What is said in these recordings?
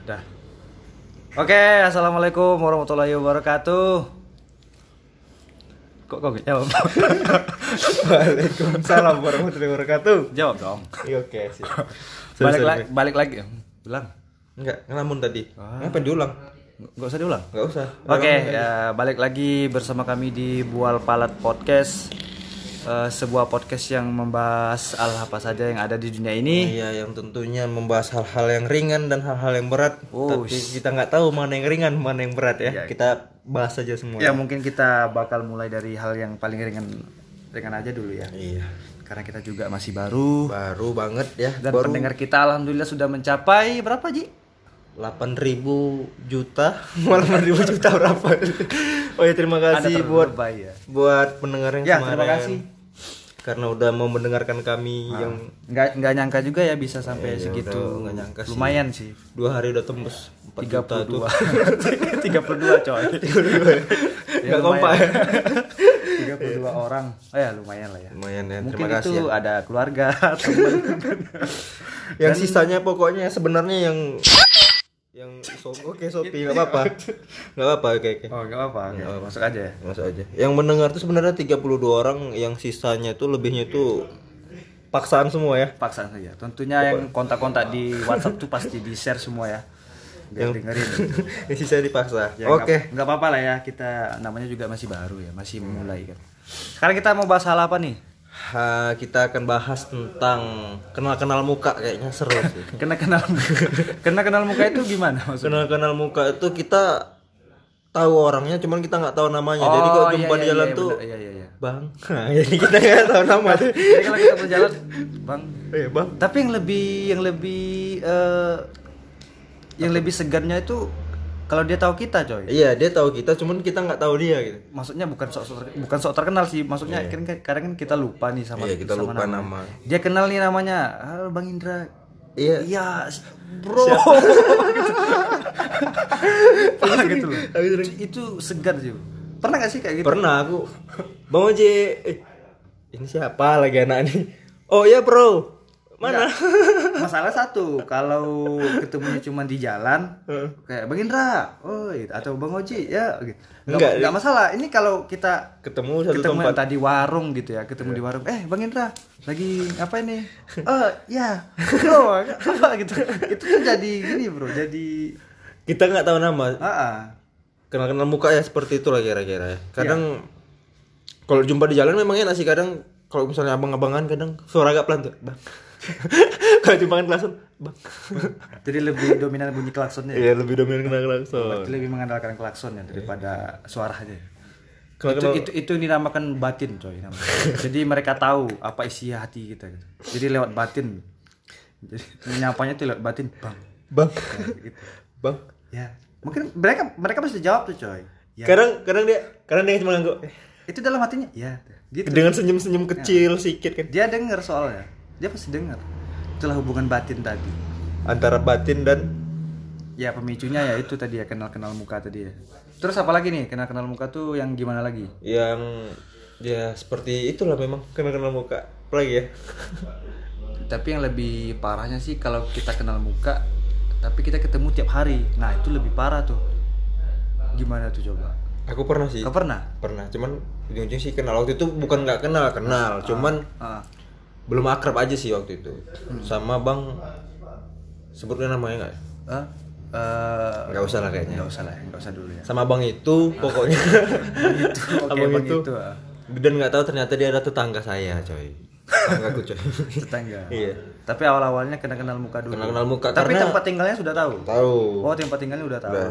Dah. Oke, assalamualaikum warahmatullahi wabarakatuh. Kok kau jawab? Waalaikumsalam warahmatullahi wabarakatuh. Jawab dong. Iya, oke sih. Balik lagi. Bilang. Enggak, ngelamun tadi. Ngapain diulang? Gak usah diulang. Enggak usah. Oke, balik lagi bersama kami di Bual Palat Podcast. Sebuah podcast yang membahas apa saja yang ada di dunia ini. Iya, yang tentunya membahas hal-hal yang ringan dan hal-hal yang berat. Oh, tapi kita nggak tahu mana yang ringan, mana yang berat ya. Iya. Kita bahas aja semua. Ya mungkin kita bakal mulai dari hal yang paling ringan aja dulu ya. Iya. Karena kita juga masih baru. Baru banget ya. Dan baru pendengar kita alhamdulillah sudah mencapai berapa, Ji? 8.000 juta. 8.000 juta berapa? Oh ya, terima kasih buat pendengar yang ya, kemarin. terima kasih. Karena udah mau mendengarkan kami yang nggak nyangka juga ya bisa sampai segitu. nggak nyangka sih. Lumayan sih. 2 hari udah tembus 4 juta tuh. 32 coy. 32. Enggak kompak ya. 32 orang. Oh ya lumayan lah ya. Lumayan ya. Mungkin Terima kasih itu ya. ada keluarga, teman. Yang sisanya pokoknya sebenarnya yang Shopee enggak apa-apa. Enggak apa-apa, oke. Oh, enggak apa-apa. Oke. Masuk aja ya. Masuk aja. Yang mendengar tuh sebenarnya 32 orang, yang sisanya itu lebihnya itu paksaan semua ya. Paksaan saja. Tentunya yang kontak-kontak di WhatsApp tuh pasti di-share semua ya. Biar dengerin. Yang sisa dipaksa. Ya, Oke. Enggak apa-apa lah ya. Kita namanya juga masih baru ya, masih mulai kan. Sekarang kita mau bahas hal apa nih? Kita akan bahas tentang kenal-kenal muka, kayaknya seru sih. Kenal muka itu gimana maksudnya? Kenal-kenal muka itu kita tahu orangnya, cuman kita nggak tahu namanya. Jadi kalau jumpa di jalan tuh, iya. Bang. Nah, jadi kita nggak tahu nama. Jadi kalau kita berjalan, Bang. Bang. Tapi yang lebih segannya itu kalau dia tahu kita, coy. Iya, dia tahu kita, cuman kita nggak tahu dia gitu. Maksudnya bukan sok terkenal sih, maksudnya kadang kan kita lupa nih sama kita sama lupa namanya. nama. Dia kenal nih namanya, halo Bang Indra. Iya, bro. gitu loh. Itu segar sih. Pernah gak sih kayak gitu? Pernah aku. Bang Oji, ini siapa lagi anak nih? Oh iya bro. Mana? Masalah satu, kalau ketemunya cuma di jalan, kayak Bang Indra, atau Bang Oji, ya, gitu. Enggak masalah. Ini kalau kita ketemu tempat tadi warung gitu ya, ketemu di warung, Bang Indra, lagi apa ini? Ya, bro, apa gitu. Itu tuh jadi gini bro, jadi kita nggak tahu nama. Kenal muka ya seperti itulah kira-kira ya. Kadang kalau jumpa di jalan memang enak sih, kadang kalau misalnya abang-abangan kadang suara agak pelan tuh, Bang. Kalau jumpa kan klakson, Bang. Jadi lebih dominan bunyi klaksonnya. Iya, lebih dominan klakson. Lebih mengandalkan klaksonnya daripada suaranya. Kalau itu dinamakan batin, coy, namanya. Jadi mereka tahu apa isi hati kita gitu. Jadi lewat batin. Jadi menyapanya tuh lewat batin, Bang. Gitu. Bang. Ya. Mungkin mereka pasti jawab tuh, coy. Ya. Kadang dia cuma ngangguk. Itu dalam hatinya, ya. Gitu. Dengan senyum-senyum kecil sedikit kan. Dia dengar soalnya. Dia pasti dengar. Itulah hubungan batin tadi. Antara batin dan ya pemicunya ya itu tadi ya, kenal muka tadi ya. Terus apa lagi nih kenal muka tuh yang gimana lagi? Yang ya seperti itulah memang kenal muka. Apa lagi ya? Tapi yang lebih parahnya sih kalau kita kenal muka tapi kita ketemu tiap hari. Nah, itu lebih parah tuh. Gimana tuh coba? Aku pernah sih. Kau pernah? Pernah, cuman ujung-ujung sih kenal. Waktu itu bukan nggak kenal, cuman belum akrab aja sih waktu itu. Sama Bang, sebutnya namanya nggak? Nggak usah lah kayaknya. Nggak usah dulu ya. Sama Bang itu pokoknya. Abang itu. Dan nggak tahu ternyata dia ada tetangga saya, coy. Tetanggaku, coy. Tetangga. Iya. Tapi awal-awalnya kenal muka dulu. Kenal muka. Tapi karena tempat tinggalnya sudah tahu. Tahu. Oh, tempat tinggalnya udah tahu.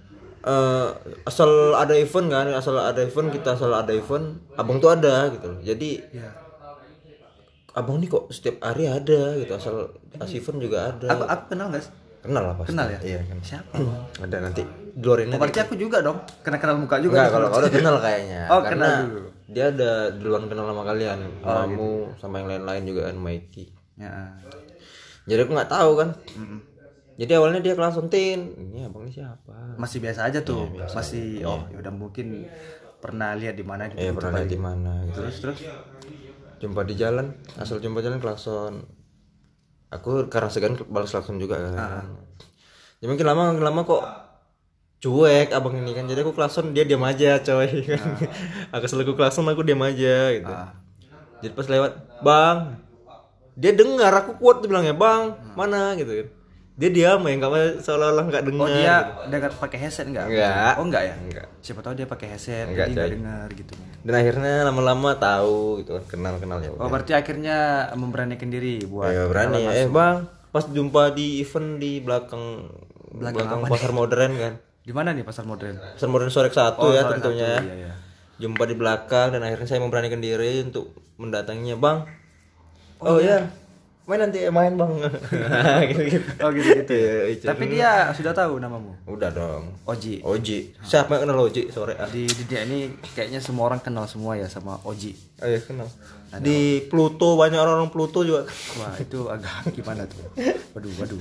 Asal ada event kan, kita asal ada event, abang tuh ada gitu. Jadi abang nih kok setiap hari ada gitu, asal event juga ada. Aku kenal nggak? Kenal lah pasti. Kenal ya? Iya kan. Siapa? Ada nanti di luar ini. Berarti aku juga dong. Kenal muka juga. Enggak, kalau udah kenal kayaknya. Oh, karena kenal dulu. Dia ada duluan kenal sama kalian, kamu sama yang lain-lain juga kan, Mikey. Ya. Jadi aku nggak tahu kan. Jadi awalnya dia langsung ini abang ini siapa? Masih biasa aja tuh. Iya, biasa. Masih ya udah mungkin pernah lihat di mana gitu. Iya, pernah lihat di mana gitu. Terus Jumpa di jalan, jumpa jalan klakson. Aku karena segan balas klakson juga kan. Ya makin lama kok cuek abang ini kan. Jadi aku klason dia diam aja coy kan. Aku selalu klason aku diam aja gitu. Jadi pas lewat, "Bang." Dia dengar aku kuat tuh bilangnya, "Bang, mana?" gitu kan. Dia diam ya, enggak seolah-olah enggak dengar. Oh, dia gitu. dengar pakai headset enggak? Enggak. Oh, enggak ya? Enggak. Siapa tahu dia pakai headset Enggak, jadi enggak coy. dengar gitu. Dan akhirnya lama-lama tahu gitu kan, kenal ya. Oh, berarti akhirnya memberanikan diri buat Ya berani ya. Bang, pas jumpa di event di belakang pasar modern kan. Di mana nih pasar modern? Pasar modern Sorek 1 ya Sorek tentunya. 1, iya. Jumpa di belakang dan akhirnya saya memberanikan diri untuk mendatanginya, "Bang." Oh ya. Main nanti Bang. Gitu-gitu. Oh, gitu. Iya. Tapi dia sudah tahu namamu. Udah dong. Oji. Siapa yang kenal Oji sore? Di dunia ini kayaknya semua orang kenal semua ya sama Oji. Oh iya kenal. Di Pluto banyak orang Pluto juga. Wah, itu agak gimana tuh? Waduh.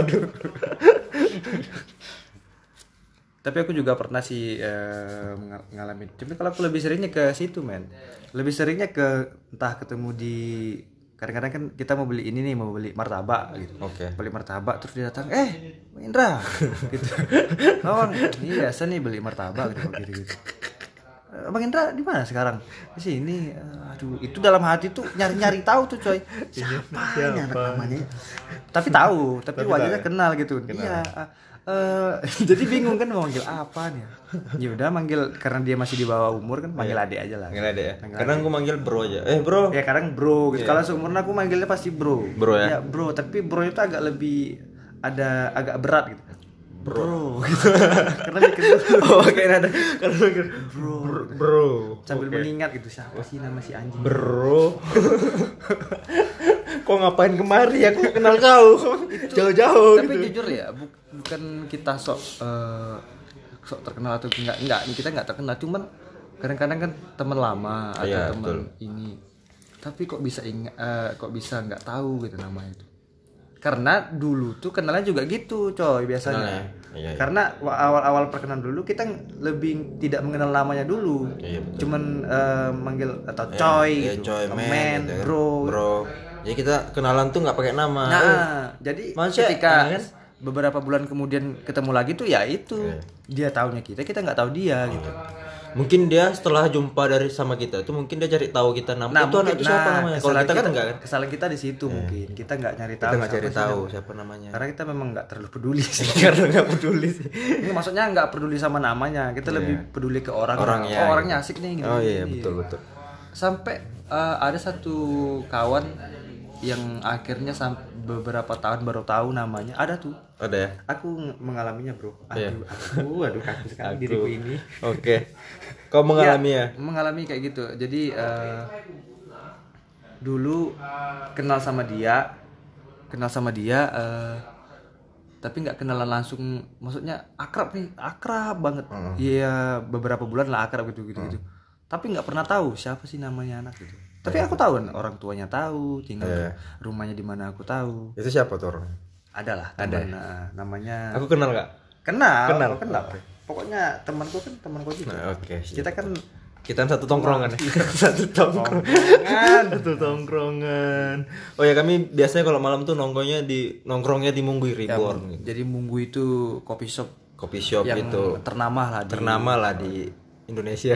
Tapi aku juga pernah sih ngalamin. Cuma kalau aku lebih seringnya ke situ, men. Lebih seringnya ke entah ketemu di kadang-kadang kan kita mau beli ini nih, mau beli martabak gitu. Oke. Beli martabak terus dia datang, Bang Indra gitu. Oh, ini biasa nih beli martabak gitu. Bang Indra di mana sekarang? Di sini. Aduh, itu dalam hati tuh nyari-nyari tahu tuh, coy. Siapa namanya? Tapi tahu, tapi wajahnya kenal gitu. Iya. Jadi bingung kan mau manggil apa nih. Ya udah manggil, karena dia masih di bawah umur kan manggil adik aja lah. Manggil adik ya. Kadang aku manggil bro aja. Bro. Ya kadang bro gitu. Kalau seumuran aku manggilnya pasti bro. Bro ya. Ya bro, tapi bro itu agak lebih agak berat gitu. Bro gitu. Karena mikir Oh, kayak ada kalau mikir bro. Sambil mengingat gitu, siapa sih nama si anjing? Bro. Kok ngapain kemari? Aku kenal kau. Jauh-jauh Tapi gitu. jujur ya, bukan kita sok terkenal atau enggak, kita enggak terkenal, cuman kadang-kadang kan teman lama atau Iya, teman ini. Tapi kok bisa enggak tahu gitu namanya itu. Karena dulu tuh kenalnya juga gitu, coy, biasanya. Iya. Karena awal-awal perkenalan dulu kita lebih tidak mengenal namanya dulu. Iya, betul. Cuman manggil atau coy gitu. Coy, Men, gitu kan. bro. Jadi kita kenalan tuh nggak pakai nama. Nah, jadi Manusia, ketika kan? beberapa bulan kemudian ketemu lagi tuh ya itu. Dia taunya kita nggak tahu dia gitu. Mungkin dia setelah jumpa sama kita tuh mungkin dia cari tahu kita nama. Itu anak itu siapa namanya? Kalau kita kan enggak kan? Kesalahan kita di situ mungkin. Kita nggak nyari tahu. Kita nggak cari tahu siapa namanya. Karena kita memang nggak terlalu peduli sih. Karena nggak peduli sih. Ini maksudnya nggak peduli sama namanya. Kita lebih peduli ke orangnya. Ya, orangnya asik nih. Oh iya, betul. Sampai ada satu kawan yang akhirnya beberapa tahun baru tahu namanya. Ada tuh. Ada ya? Aku mengalaminya, bro. Aduh, kaku sekali diriku ini. Oke. Kau mengalami ya? Mengalami kayak gitu. Jadi dulu kenal sama dia, tapi nggak kenalan langsung. Maksudnya akrab banget. Iya, beberapa bulan lah akrab gitu. Tapi nggak pernah tahu siapa sih namanya anak gitu. Tapi aku tahu, orang tuanya tahu, tinggal rumahnya di mana aku tahu. Itu siapa tuh orang? Ada namanya. Aku kenal nggak? Kenal. Pokoknya temanku kan temanku juga. Nah, oke. Kita satu tongkrongan. Satu tongkrongan. Oh ya, kami biasanya kalau malam tuh nongkrongnya di Munggui Reborn. Jadi Munggui itu coffee shop yang gitu. ternama lah di Indonesia.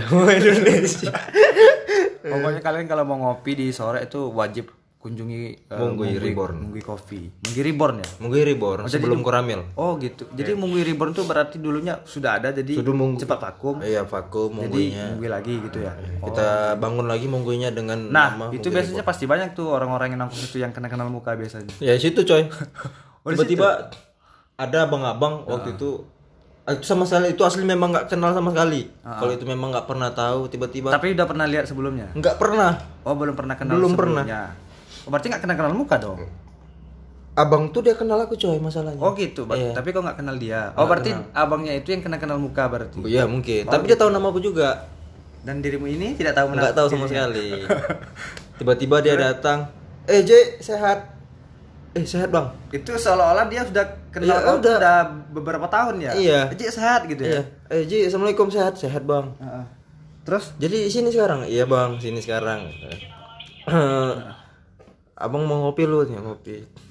Pokoknya kalian kalau mau ngopi di sore itu wajib kunjungi Munggui Reborn. Munggui Coffee. Munggui Reborn ya? Munggui Reborn sebelum Koramil. Oh gitu. Jadi Munggui Reborn tuh berarti dulunya sudah ada, jadi cepat vakum. Iya, vakum Mungguinya. Jadi Munggui lagi gitu ya. Kita bangun lagi Mungguinya dengan nama. nama Itu biasanya pasti banyak tuh orang-orang yang nongkrong itu yang kenal muka biasanya. Ya situ coy. Tiba-tiba ada abang-abang waktu itu sama sekali itu asli memang nggak kenal sama sekali. Kalau itu memang nggak pernah tahu, tiba-tiba. Tapi udah pernah lihat sebelumnya? Nggak pernah. Oh, belum pernah kenal sebelumnya. Pernah. Oh, berarti nggak kenal muka dong? Abang tuh dia kenal aku coy masalahnya. Oh gitu, tapi kok nggak kenal dia? Oh berarti abangnya itu yang kenal muka berarti? Iya mungkin. Tapi dia tahu nama aku juga. Dan dirimu ini tidak tahu Nggak tahu sama sekali. Tiba-tiba dia datang. J sehat. Sehat bang. Itu seolah-olah dia sudah kenal kau udah beberapa tahun ya. Iya. J sehat gitu ya. J assalamualaikum, sehat bang. Terus? Jadi sini sekarang. Iya bang, sini sekarang. Abang mau ngopi lu nih, ngopi.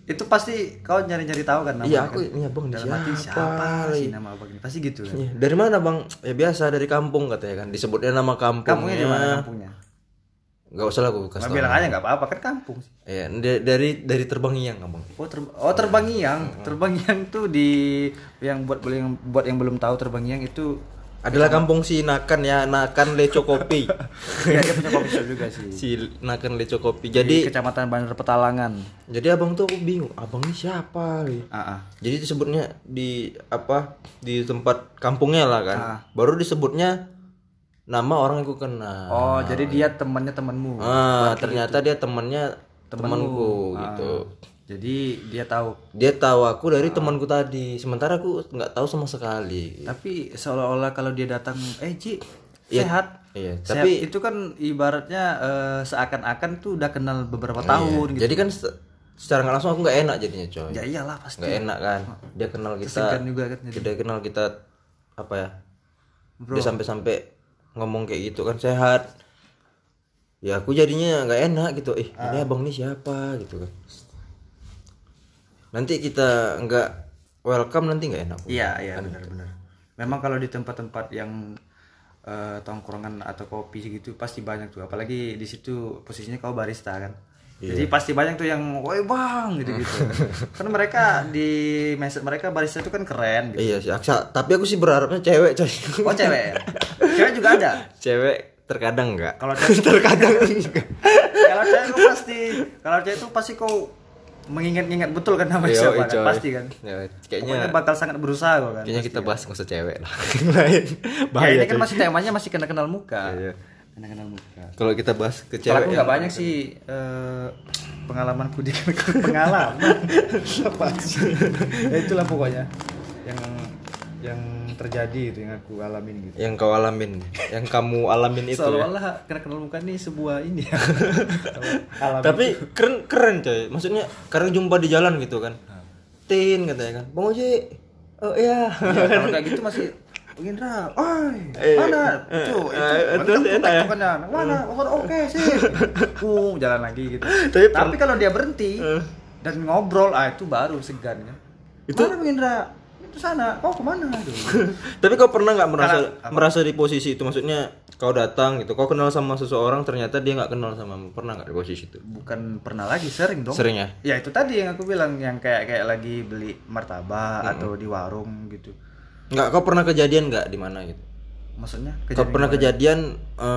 Itu pasti kau nyari-nyari tahu kan namanya. Iya, aku kan? ini abang Dalam siapa? hati siapa sih nama abang ini? Pasti gitu kan. Iya, dari mana bang? Ya biasa dari kampung katanya kan, disebutnya nama kampungnya. Kampungnya di mana kampungnya? Gak usah lah aku kasih Nggak tau. bilang aja nggak apa-apa kan kampung sih. Iya, dari Terbangiyang abang. Terbangiyang. Terbangiyang tuh di yang buat yang belum tahu Terbangiyang itu Adalah kampung si Nakan ya, Nakan Leco Kopi. ya dia punya coffee shop juga sih. Si Nakan Leco Kopi. Di Jadi Kecamatan Bandar Petalangan. abang tuh aku bingung, abang ini siapa? Jadi disebutnya di di tempat kampungnya lah kan. Baru disebutnya nama orang yang aku kenal. Oh, jadi dia temannya temanmu. Ternyata dia temanku gitu. Jadi dia tahu. Dia tahu aku dari temanku tadi. Sementara aku nggak tahu sama sekali. Tapi seolah-olah kalau dia datang, Ji, Iya, sehat. Iya, Sehat. tapi Itu kan ibaratnya seakan-akan tuh udah kenal beberapa tahun gitu. jadi kan secara nggak langsung aku nggak enak jadinya coy. Ya iyalah pasti. Nggak enak kan. Dia kenal kita. Segan juga kan jadi. Dia kenal kita apa ya? Dia sampai ngomong kayak gitu kan sehat. Ya aku jadinya nggak enak gitu. Ini abang ini siapa gitu kan. Nanti kita nggak welcome nanti nggak enak. Iya benar-benar. Memang kalau di tempat-tempat yang tongkrongan atau kopi gitu pasti banyak tuh. Apalagi di situ posisinya kau barista kan. Jadi pasti banyak tuh yang, woi bang gitu-gitu. Karena mereka di mindset mereka barista itu kan keren gitu. Iya sih. Tapi aku sih berharapnya cewek coy. Oh cewek ya? Cewek juga ada? Cewek terkadang enggak. Kalau cewek terkadang enggak. Kalau cewek itu pasti kau mengingat-ingat betul kan nama siapa kan? Pasti kan. Ya, Pokoknya bakal sangat berusaha kok kan. Kayaknya kita kan? bahas nggak usah cewek lah. Lain. Bahaya. Ini kan masih temanya masih kenal muka. Iya. Kenal muka. Kalau kita bahas ke Kalau cewek. aku nggak banyak sih pengalamanku di pengalaman. Apa sih? Ya itulah pokoknya yang terjadi itu yang aku alamin gitu. Yang kau alamin, yang kamu alamin itu. Seolah-olah kenal muka nih sebuah ini ya. Tapi keren coy. Maksudnya kadang jumpa di jalan gitu kan. Tin katanya kan. Bang Oji. Oh iya. Kalau kayak gitu masih Bang Indra, mana? Itu ya. Mana? Oke sih. Jalan lagi gitu. Tapi kalau dia berhenti dan ngobrol, itu baru segan ya. Itu mana Bang Indra? Itu sana. Kau kemana? Tapi kau pernah nggak merasa di posisi itu? Maksudnya kau datang gitu, kau kenal sama seseorang ternyata dia nggak kenal samamu. Pernah nggak di posisi itu? Bukan pernah lagi, sering dong. Sering ya? Ya itu tadi yang aku bilang, yang kayak lagi beli martabak atau di warung gitu. Nggak, kau pernah kejadian nggak di mana gitu? Maksudnya? Kau pernah kejadian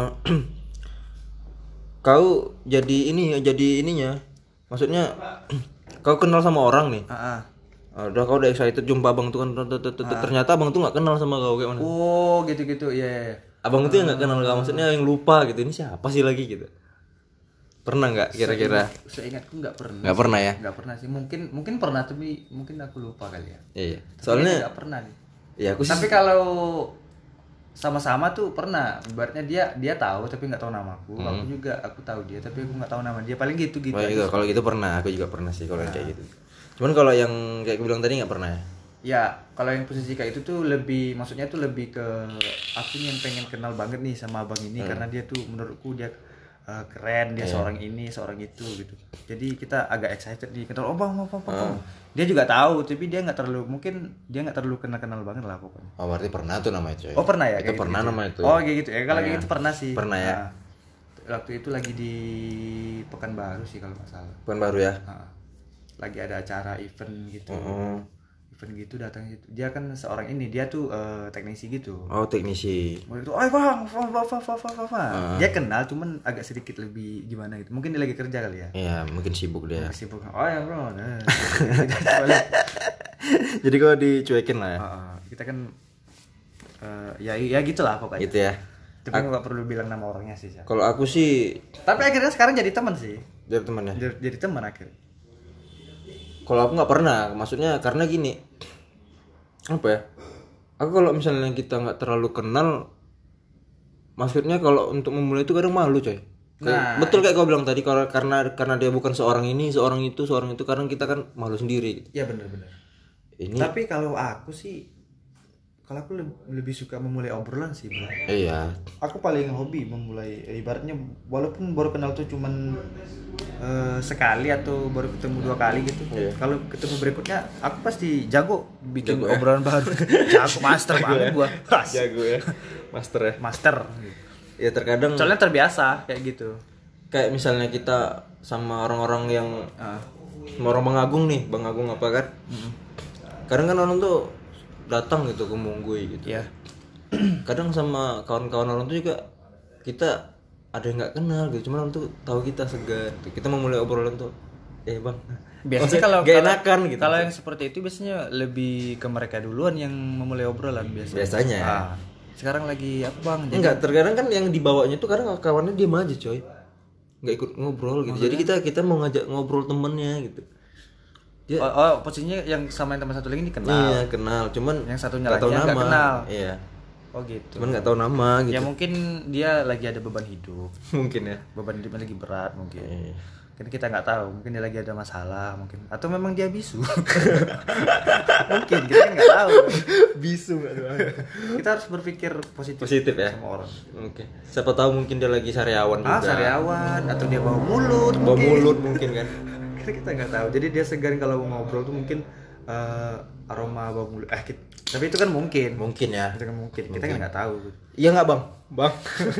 kau jadi ininya. Maksudnya kau kenal sama orang nih. Kau udah excited jumpa abang tuh kan, ternyata abang tuh nggak kenal sama kau kayak mana? Oh gitu, iya. Abang tuh yang nggak kenal kau, maksudnya yang lupa gitu. Ini siapa sih lagi gitu? Pernah nggak kira-kira? Seingatku nggak pernah. Nggak pernah ya? Nggak pernah sih. Mungkin pernah tapi mungkin aku lupa kali ya. Iya. Soalnya nggak pernah nih. Ya aku tapi kalau sama-sama tuh pernah. Ibaratnya dia tahu tapi nggak tahu namaku. Aku tahu dia tapi aku nggak tahu nama dia. Paling gitu. Oh, gitu. Kalau gitu pernah. Aku juga pernah sih kalau kayak gitu. Cuman kalau yang kayak aku bilang tadi nggak pernah ya. Ya, kalau yang posisi kayak itu tuh lebih, maksudnya tuh lebih ke aku yang pengen kenal banget nih sama abang ini karena dia tuh menurutku dia keren, dia seorang ini, seorang itu gitu. Jadi kita agak excited nih kenal bang. Dia juga tahu, tapi dia nggak terlalu kenal banget lah pokoknya. Oh, berarti pernah tuh nama itu. Oh, pernah ya? Itu pernah gitu. Nama itu. Oh, kayak gitu ya. Kalau kayak gitu pernah sih. Pernah ya. Waktu itu lagi di Pekanbaru sih kalau nggak salah. Pekanbaru ya. Lagi ada acara event gitu. Event gitu datang gitu. Dia kan seorang ini, dia tuh teknisi gitu. Oh, teknisi. Waktu itu, bang. Dia kenal, cuman agak sedikit lebih gimana gitu. Mungkin dia lagi kerja kali ya. Iya, mungkin sibuk dia. Sibuk. Oh ya bro. Jadi kau dicuekin lah ya. Kita kan ya gitulah pokoknya. Gitu ya. Tapi nggak perlu bilang nama orangnya sih. Kalau aku sih. Tapi akhirnya sekarang jadi teman sih. Jadi teman ya. Jadi teman akhirnya. Kalau aku nggak pernah, maksudnya karena gini, apa ya? Aku kalau misalnya kita nggak terlalu kenal, maksudnya kalau untuk memulai itu kadang malu coy. Betul kayak kau bilang tadi, karena dia bukan seorang ini, seorang itu, kadang kita kan malu sendiri. Iya benar. Ini. Tapi kalau aku sih Kalau aku lebih suka memulai obrolan sih, bro. Iya. Aku paling hobi memulai, ibaratnya walaupun baru kenal tuh cuman sekali atau baru ketemu 2 kali gitu. Kalau ketemu berikutnya aku pasti jago bikin obrolan baru. Jago, master banget gua. Jago ya. Master ya. Master. Ya terkadang soalnya terbiasa kayak gitu. Kayak misalnya kita sama orang-orang yang sama orang Bang Agung nih, Bang Agung apa kan? Kadang kan orang tuh datang gitu ke Munggui gitu. Ya. Kadang sama kawan-kawan orang tuh juga kita ada yang nggak kenal gitu, cuman orang tuh tahu kita segan. Kita mau mulai obrolan tuh, bang. Biasanya kalau gak enakan gitu. Kalau yang seperti itu biasanya lebih ke mereka duluan yang memulai obrolan biasanya. Sekarang lagi apa bang? Jadi, enggak, terkadang kan yang dibawanya tuh kadang kawannya diem aja coy, nggak ikut ngobrol gitu. Maksudnya? Jadi kita mau ngajak ngobrol temennya gitu. Dia, posisinya yang sama yang teman satu lagi ini kenal. Iya kenal, cuman yang satunya lagi nggak kenal. Iya. Oh gitu. Cuman nggak tahu nama gitu. Ya mungkin dia lagi ada beban hidup. Mungkin ya. Beban hidupnya lagi berat mungkin. Kan kita nggak tahu, mungkin dia lagi ada masalah mungkin, atau memang dia bisu. Mungkin kita kan nggak tahu. Bisu nggak tahu. Kita harus berpikir positif ya sama orang. Oke. Siapa tahu mungkin dia lagi sariawan juga. Sariawan atau dia bawa mulut. Bawa mulut mungkin kan. Kita nggak tahu. Jadi dia segan kalau ngobrol tuh mungkin aroma bawa mulut. Tapi itu kan mungkin. Mungkin ya. Itu kan mungkin. Kita kan nggak tahu. Iya nggak bang? Bang.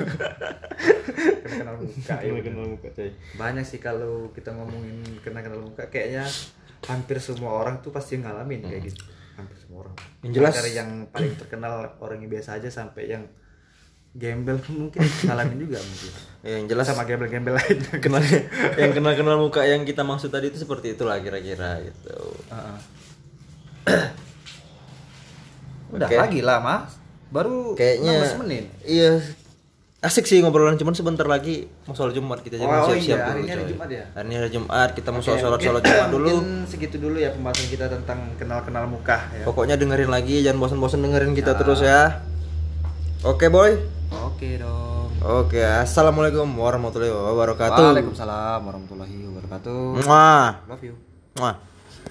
Kenal muka. Kenal muka coy. Banyak sih kalau kita ngomongin kenal muka, kayaknya hampir semua orang tuh pasti ngalamin kayak gitu. Hampir semua orang. Yang jelas dari yang paling terkenal orang yang biasa aja sampai yang gembel mungkin ngalamin juga mungkin. Yang jelas sama gembel-gembel lain. Yang kenal muka yang kita maksud tadi itu seperti itulah kira-kira gitu. Udah lagi lah mas, baru kayaknya 16 menit. Iya, asik sih ngobrolan, cuman sebentar lagi mau sholat Jumat, kita jadi siap-siap dulu. Hari ini hari Jumat ya? Hari ini hari Jumat, kita mau sholat Jumat dulu. Mungkin segitu dulu ya pembahasan kita tentang kenal muka ya. Pokoknya dengerin lagi, jangan bosan-bosan dengerin kita terus ya. Oke boy. Oke dong. Oke, assalamualaikum warahmatullahi wabarakatuh. Waalaikumsalam warahmatullahi wabarakatuh. Mwah. Love you. Mwah.